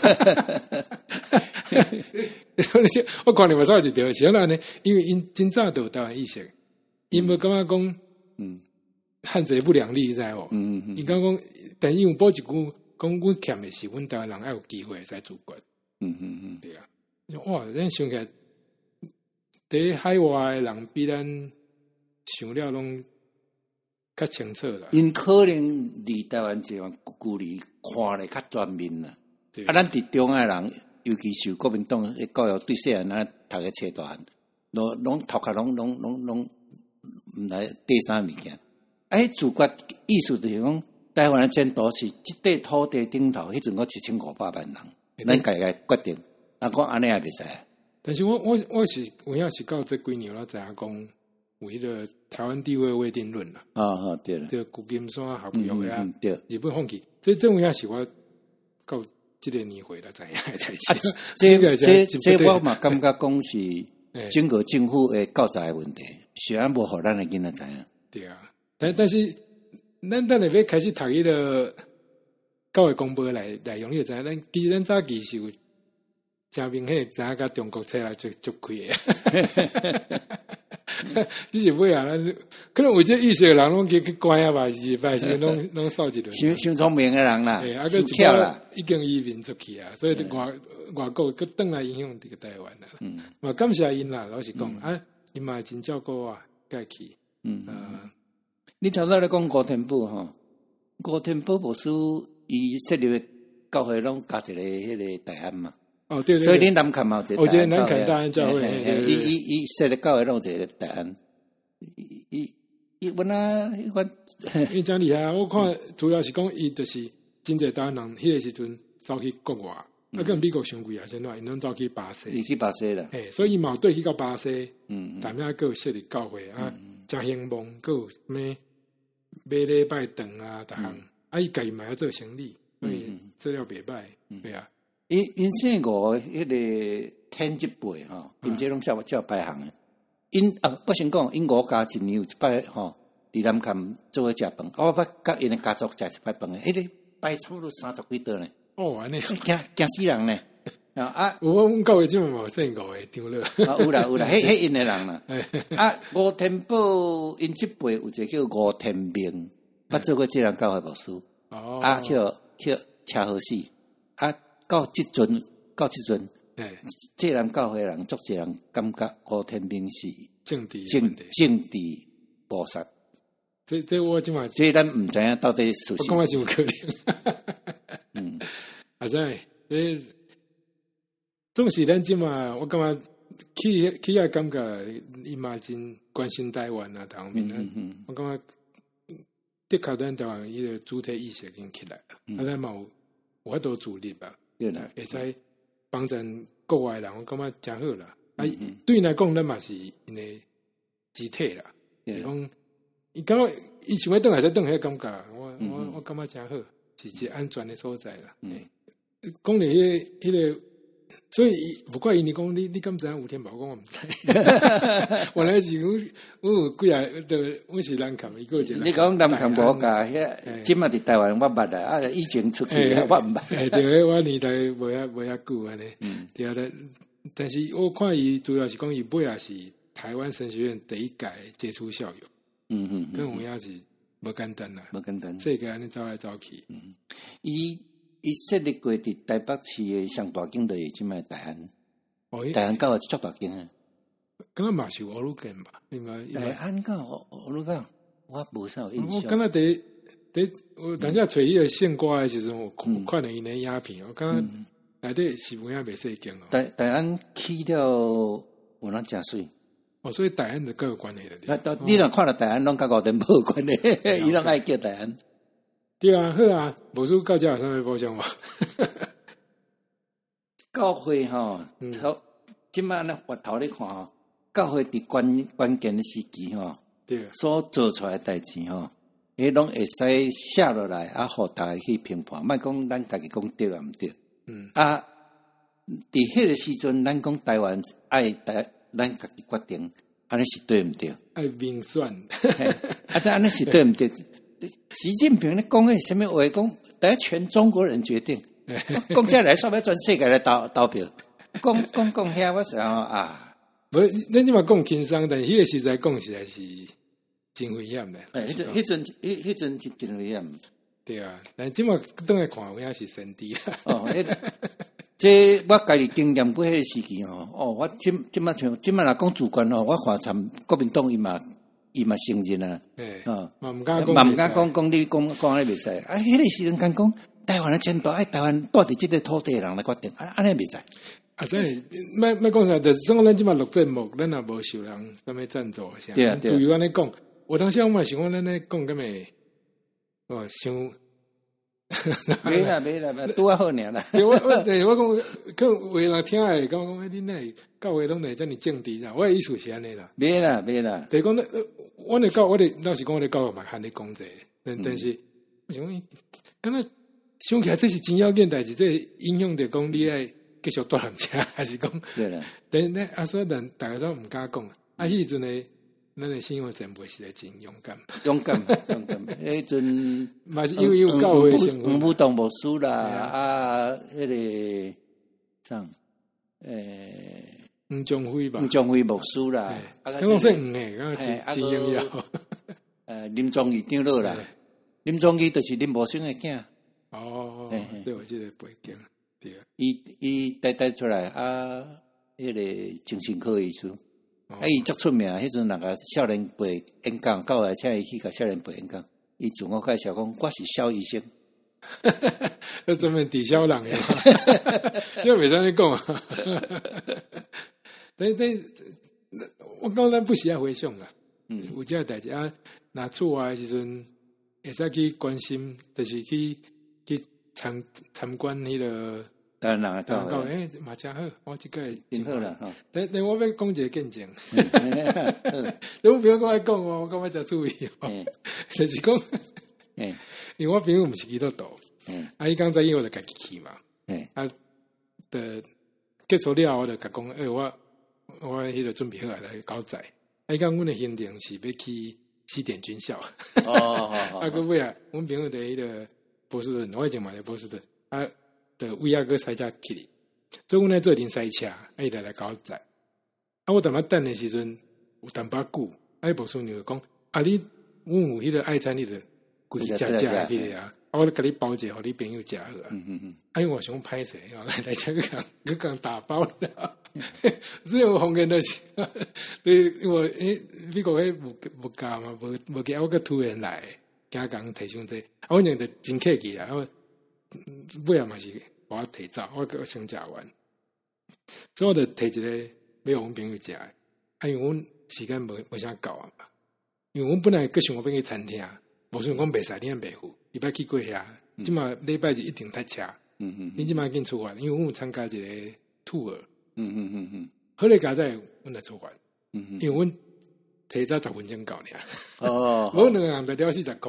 [SPEAKER 1] 我看你们稍微就对，是安尼，因为因真早都有台湾意识，因无感觉讲，汉贼不两立，知无？因讲讲，但因为补一句，讲阮欠的是阮台湾人要有机会才主权，对啊，哇，咱想起来，伫海外的人比咱想了拢较清楚啦。
[SPEAKER 2] 因可能离台湾这样距离看咧较全面啦。咱伫中的人，尤其受国民党的教育对细汉咱读个册大汉，拢头壳拢毋来第三物件。主观意思就是讲，台湾的前途是即块土地顶头，迄阵个7500万人，咱家己决定。讲安尼也袂使。
[SPEAKER 1] 但是我是有影是到这几年我知影讲。有迄个台湾地位未定论啦，
[SPEAKER 2] 对了，
[SPEAKER 1] 对旧金山合约啊，
[SPEAKER 2] 对，
[SPEAKER 1] 日本放弃，所以这有影是我到这个年岁了知影的代
[SPEAKER 2] 志。这我嘛感觉讲是整个政府的教材的问题，虽然无互咱的囡仔知影。
[SPEAKER 1] 对啊，但是咱等下要开始读迄个教育公报来用，你就知影，咱其实咱早期是有真明显知影甲中国册来做开的。只是尾啊，可能有这意识的人拢去关啊吧，是拢扫一轮。
[SPEAKER 2] 想聪明的人啦，
[SPEAKER 1] 个跳啦，已经移民出去啊，所以外国佮转来影响这个台湾啦。嘛感谢因啦，老实讲因嘛真照顾我，家去。
[SPEAKER 2] 你头先咧讲郭天宝吼，郭天宝牧师伊设立的教会拢加一个迄个大安嘛。
[SPEAKER 1] 对，
[SPEAKER 2] 所以恁南崁嘛有一个
[SPEAKER 1] 南崁大安教会，
[SPEAKER 2] 伊设立教会拢一个大安，伊阮阮，
[SPEAKER 1] 伊真厉害。我看主要是讲伊就是真侪台湾人，迄个时阵走去国外，跟美国相贵啊，现在因拢走去巴西，
[SPEAKER 2] 伊去巴西啦，
[SPEAKER 1] 所以伊嘛对去到巴西，但咩个设立教会真兴旺，个有咩买礼拜堂啊，逐项伊家己嘛要做生意，所以做了袂歹，对啊。
[SPEAKER 2] 因生五迄个天一辈吼，因这拢叫拜行诶。我先讲，因五家一年有一摆吼，伫南崁做伙食饭，我捌甲因诶家族食一摆饭诶，迄个摆差不多30几桌呢。
[SPEAKER 1] 安尼
[SPEAKER 2] 惊死人呢！
[SPEAKER 1] 阮教会即嘛无生五个张了。
[SPEAKER 2] 有啦，迄因诶人啦。吴天宝因即辈有一个叫吴天明，捌做过这人教会牧师。叫车好死。到即阵，这人教会人足侪人感觉吴天明是政治菩萨。
[SPEAKER 1] 这我即嘛，
[SPEAKER 2] 这咱毋知影到底属实。
[SPEAKER 1] 我感觉真有可能。总是咱即嘛，我感觉起来感觉伊嘛真关心台湾啊，方面我感觉的确咱台湾伊个主体意识已经起来了，咱嘛有法度自立吧。会使帮助国外人，我感觉真好啦。对因来讲，咱嘛是因的集体啦。讲伊感觉伊想要转来再转，迄感觉，我感觉真好，是一个安全的所在啦。讲咧迄个所以不怪伊，你讲你敢知影有天宝讲我毋知。原来是我有几啊，我是南崁一个一个。
[SPEAKER 2] 你讲南崁国家，遐即马伫台湾我捌啦，啊，以前出去我毋捌。
[SPEAKER 1] 对，我年代无遐久安尼。对啊，但是我看伊主要是讲伊尾也是台湾神学院第一届杰出校友。跟我也是无简单啦，
[SPEAKER 2] 无简单。
[SPEAKER 1] 世界安尼走来走去。
[SPEAKER 2] 伊设立过伫台北市诶上大间的即卖大安。大安教足大间啊。
[SPEAKER 1] 敢若嘛是俄鲁根吧？
[SPEAKER 2] 大安教俄鲁根，我无啥有印象。
[SPEAKER 1] 我敢若我等下找伊个献歌诶时阵，我看了伊个影片，我敢若内底是有影袂细间哦。
[SPEAKER 2] 大安去了有哪真水？
[SPEAKER 1] 所以大安就更有关系了。
[SPEAKER 2] 你若看了大安，拢甲高登无关系，伊拢爱叫大安。
[SPEAKER 1] 对啊，好啊，无输教教有啥物补充嘛？
[SPEAKER 2] 教会吼，即摆呢，回头咧看吼，教会伫关键的时期吼，
[SPEAKER 1] 对，
[SPEAKER 2] 所做出来代志吼，迄拢会使写落来，啊，互大家去评判，莫讲咱家己讲对啊毋对。啊，伫迄个时阵，咱讲台湾爱咱家己决定，安尼是对毋对？
[SPEAKER 1] 爱民选，
[SPEAKER 2] 安尼是对毋对？习近平咧讲诶什么话？讲得全中国人决定，讲起来说要全世界来投票，讲遐我想啊，
[SPEAKER 1] 无，咱即嘛讲轻松，但是迄个时代讲实在是真危险诶。
[SPEAKER 2] 迄阵是真危险。
[SPEAKER 1] 对啊，但即嘛倒来看，有影是神滴啊。
[SPEAKER 2] 这我家己经验过迄个时期我即马若讲主观我看参国民党伊嘛承认啊，
[SPEAKER 1] 嘛毋敢讲
[SPEAKER 2] 你讲安尼袂使啊！迄个时阵敢讲台湾的前途爱台湾住伫即个土地人来决定，安尼袂使。
[SPEAKER 1] 真是莫讲啥，就是说咱即马录节目，咱也无受人啥物赞助，啥自由安尼讲。我当时我嘛想讲，咱咧讲敢会伤。
[SPEAKER 2] 没啦，拄啊好尔啦。
[SPEAKER 1] 我讲，可为人听诶，讲你那教会拢会遮尔政治啦。我诶意思是安尼啦。
[SPEAKER 2] 没啦。
[SPEAKER 1] 就是讲，我咧教，老实讲，我咧教嘛，含咧讲者，但是我想讲，敢若想起来，这是真要紧代志，这影响着讲你爱继续住人家，还是讲？
[SPEAKER 2] 对啦。
[SPEAKER 1] 但所以人大家都毋敢讲。迄阵诶。咱诶信用前辈是真勇敢，
[SPEAKER 2] 迄阵
[SPEAKER 1] 嘛是因为有教会生活，
[SPEAKER 2] 武动牧师啦，迄个啥，
[SPEAKER 1] 吴宗辉吧，
[SPEAKER 2] 吴宗辉牧师啦，
[SPEAKER 1] 刚刚说真重要。
[SPEAKER 2] 林宗义长老啦，林宗义就是林茂生诶囝。
[SPEAKER 1] 对，我记得背景，对。
[SPEAKER 2] 伊带出来迄个精神科医师。伊足出名，迄阵人个少年辈演讲，到来请伊去甲少年辈演讲。伊自我介绍讲，我是肖医生，
[SPEAKER 1] 专门抵消人呀，就袂使你讲啊。但我讲咱不时要回想啦，有这代志若厝外的时阵，会使去关心，就是去参观迄个。
[SPEAKER 2] 当然
[SPEAKER 1] 讲嘛真好，我即个
[SPEAKER 2] 真好啦。
[SPEAKER 1] 但我要讲一个见证，你不要讲爱讲我感觉真注意就是讲，因为我朋友毋是基督徒，伊刚才因为我就家己去嘛，的结束了我就甲讲，我迄个准备好来搞载，伊讲阮的行程是要去西点军校，个尾阮朋友伫迄个波士顿，我以前嘛伫波士顿的威亚哥赛车去哩，所以阮咧做阵赛车，伊来搞载。我淡薄等的时阵有淡薄久，无顺就讲，你阮有迄个爱餐，你就规食去啊。我甲你包者，互你朋友食好啊。因为我想歹势，来遮去共打包了。所以我方言的是，因为美国迄物价嘛，无给我个突然来，加工提升这，我认得真客气啦。尾仔嘛是我提早，我先食完，所以我就提一个要互阮朋友食的。因为阮时间无啥够啊嘛，因为阮本来想要去餐厅，无想讲袂使，你也袂赴，伊捌去过遐，即嘛礼拜日一定塞车。你即嘛紧出发，因为阮有参加一个 tour。好咧，加在阮来出发，因为阮提早10分钟到尔。无2个人就了40块。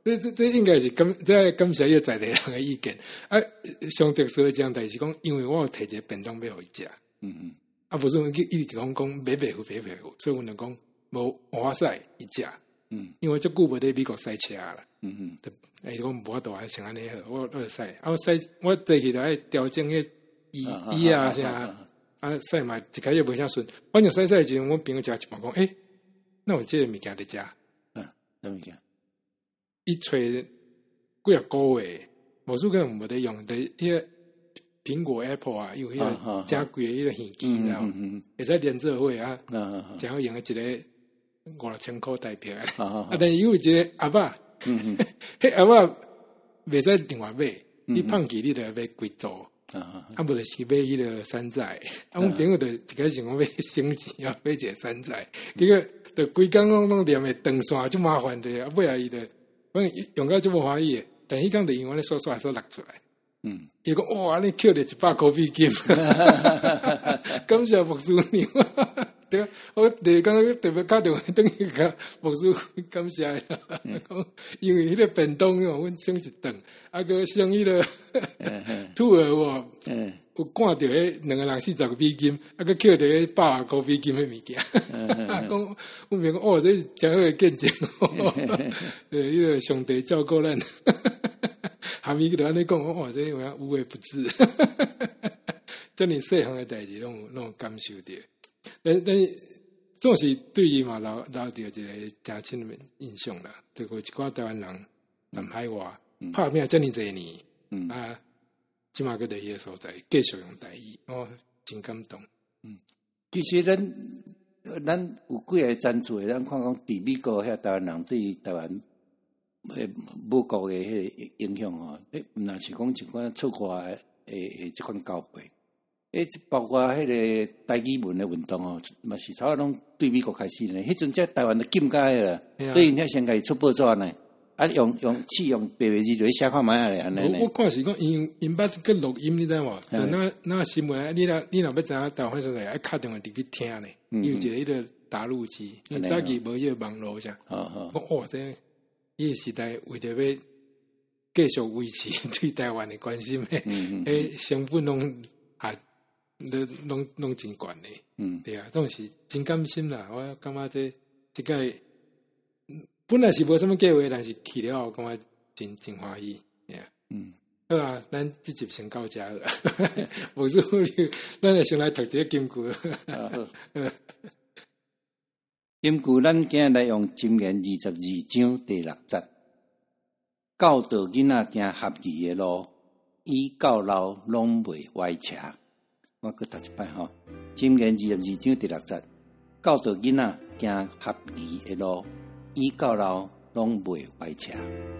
[SPEAKER 1] 这应该是感谢伊在地人的意见。啊，上特殊的讲代是讲，因为我有摕一个便当要互伊食，啊，不是一直讲买袂赴，所以阮就讲无法使伊食，因为足久无伫美国赛车啦，伊讲无法度还像安尼好，我使，啊，我使，我坐起来调整迄衣啊啥，啊，使嘛一开始无啥顺，反正使的时阵，我朋友食一半讲，那有这个物件伫食，
[SPEAKER 2] 什物件？
[SPEAKER 1] 伊找几啊个月，无数个人无得用，伫迄个苹果 Apple 啊，有迄个真贵的迄个耳机，然后会使连做伙啊，然后用一个5,000-6,000块台币啊，但是有一个阿爸，迄阿爸袂使另外买，你放弃你就要买几组，啊，无就是买迄个山寨，啊，阮朋友就一开始讲要省钱，要买一个山寨，结果就规工拢连诶长线，就麻烦的，啊，尾仔伊就反正用到这么欢喜的，但迄工就因为咧刷落出来。伊讲哇，安尼捡着100块美金，感谢牧师娘，对啊，我第刚刚特别打电话等于甲牧师感谢，讲因为迄个便当哦，阮省一顿，啊个省迄个土耳哦，有看到迄2个人40美金，啊个捡着迄100块美金的物件，讲我明讲哦，这是真好的见证哦，对，迄个上帝照顾咱。含义就安尼讲，哇，这有影无微不至，遮尔细项的代志，拢感受着。但是总是对伊嘛留着一个诚深的印象啦。对过一寡台湾人南海外拍拼遮尔侪年，啊，即马个伫迄个所在继续用台语，哦，真感动。
[SPEAKER 2] 其实咱有几个赞助的，咱看讲伫美国遐台湾人对台湾。母国的迄个影响吼，若是讲一款出外诶即款交配，包括迄个台语文的运动吼，嘛是差不多拢对美国开始呢。迄阵只台湾的禁改了，对因遐先甲伊出报纸呢，啊用白字就写看卖啊咧。
[SPEAKER 1] 我看是讲因捌去录音，你知无？就那新闻，你若要知影台湾所在，爱敲电话入去听呢。有一个迄个打录机，因早期无迄个网络啥。哇，这。伊个时代为着要继续维持对台湾的关心成本拢真悬的，对啊，总是真甘心啦。我感觉这个本来是无什么计划，但是去了后感觉真欢喜，好啊，咱这集先到这了，无事，咱就先来读一个金句。
[SPEAKER 2] 金句咱今日来用箴言22章第6節，教導囡仔行合宜的路，伊到老攏袂歪斜。我擱讀一擺吼，箴言22章第6節，教導囡仔行合宜的路，伊到老攏袂歪斜。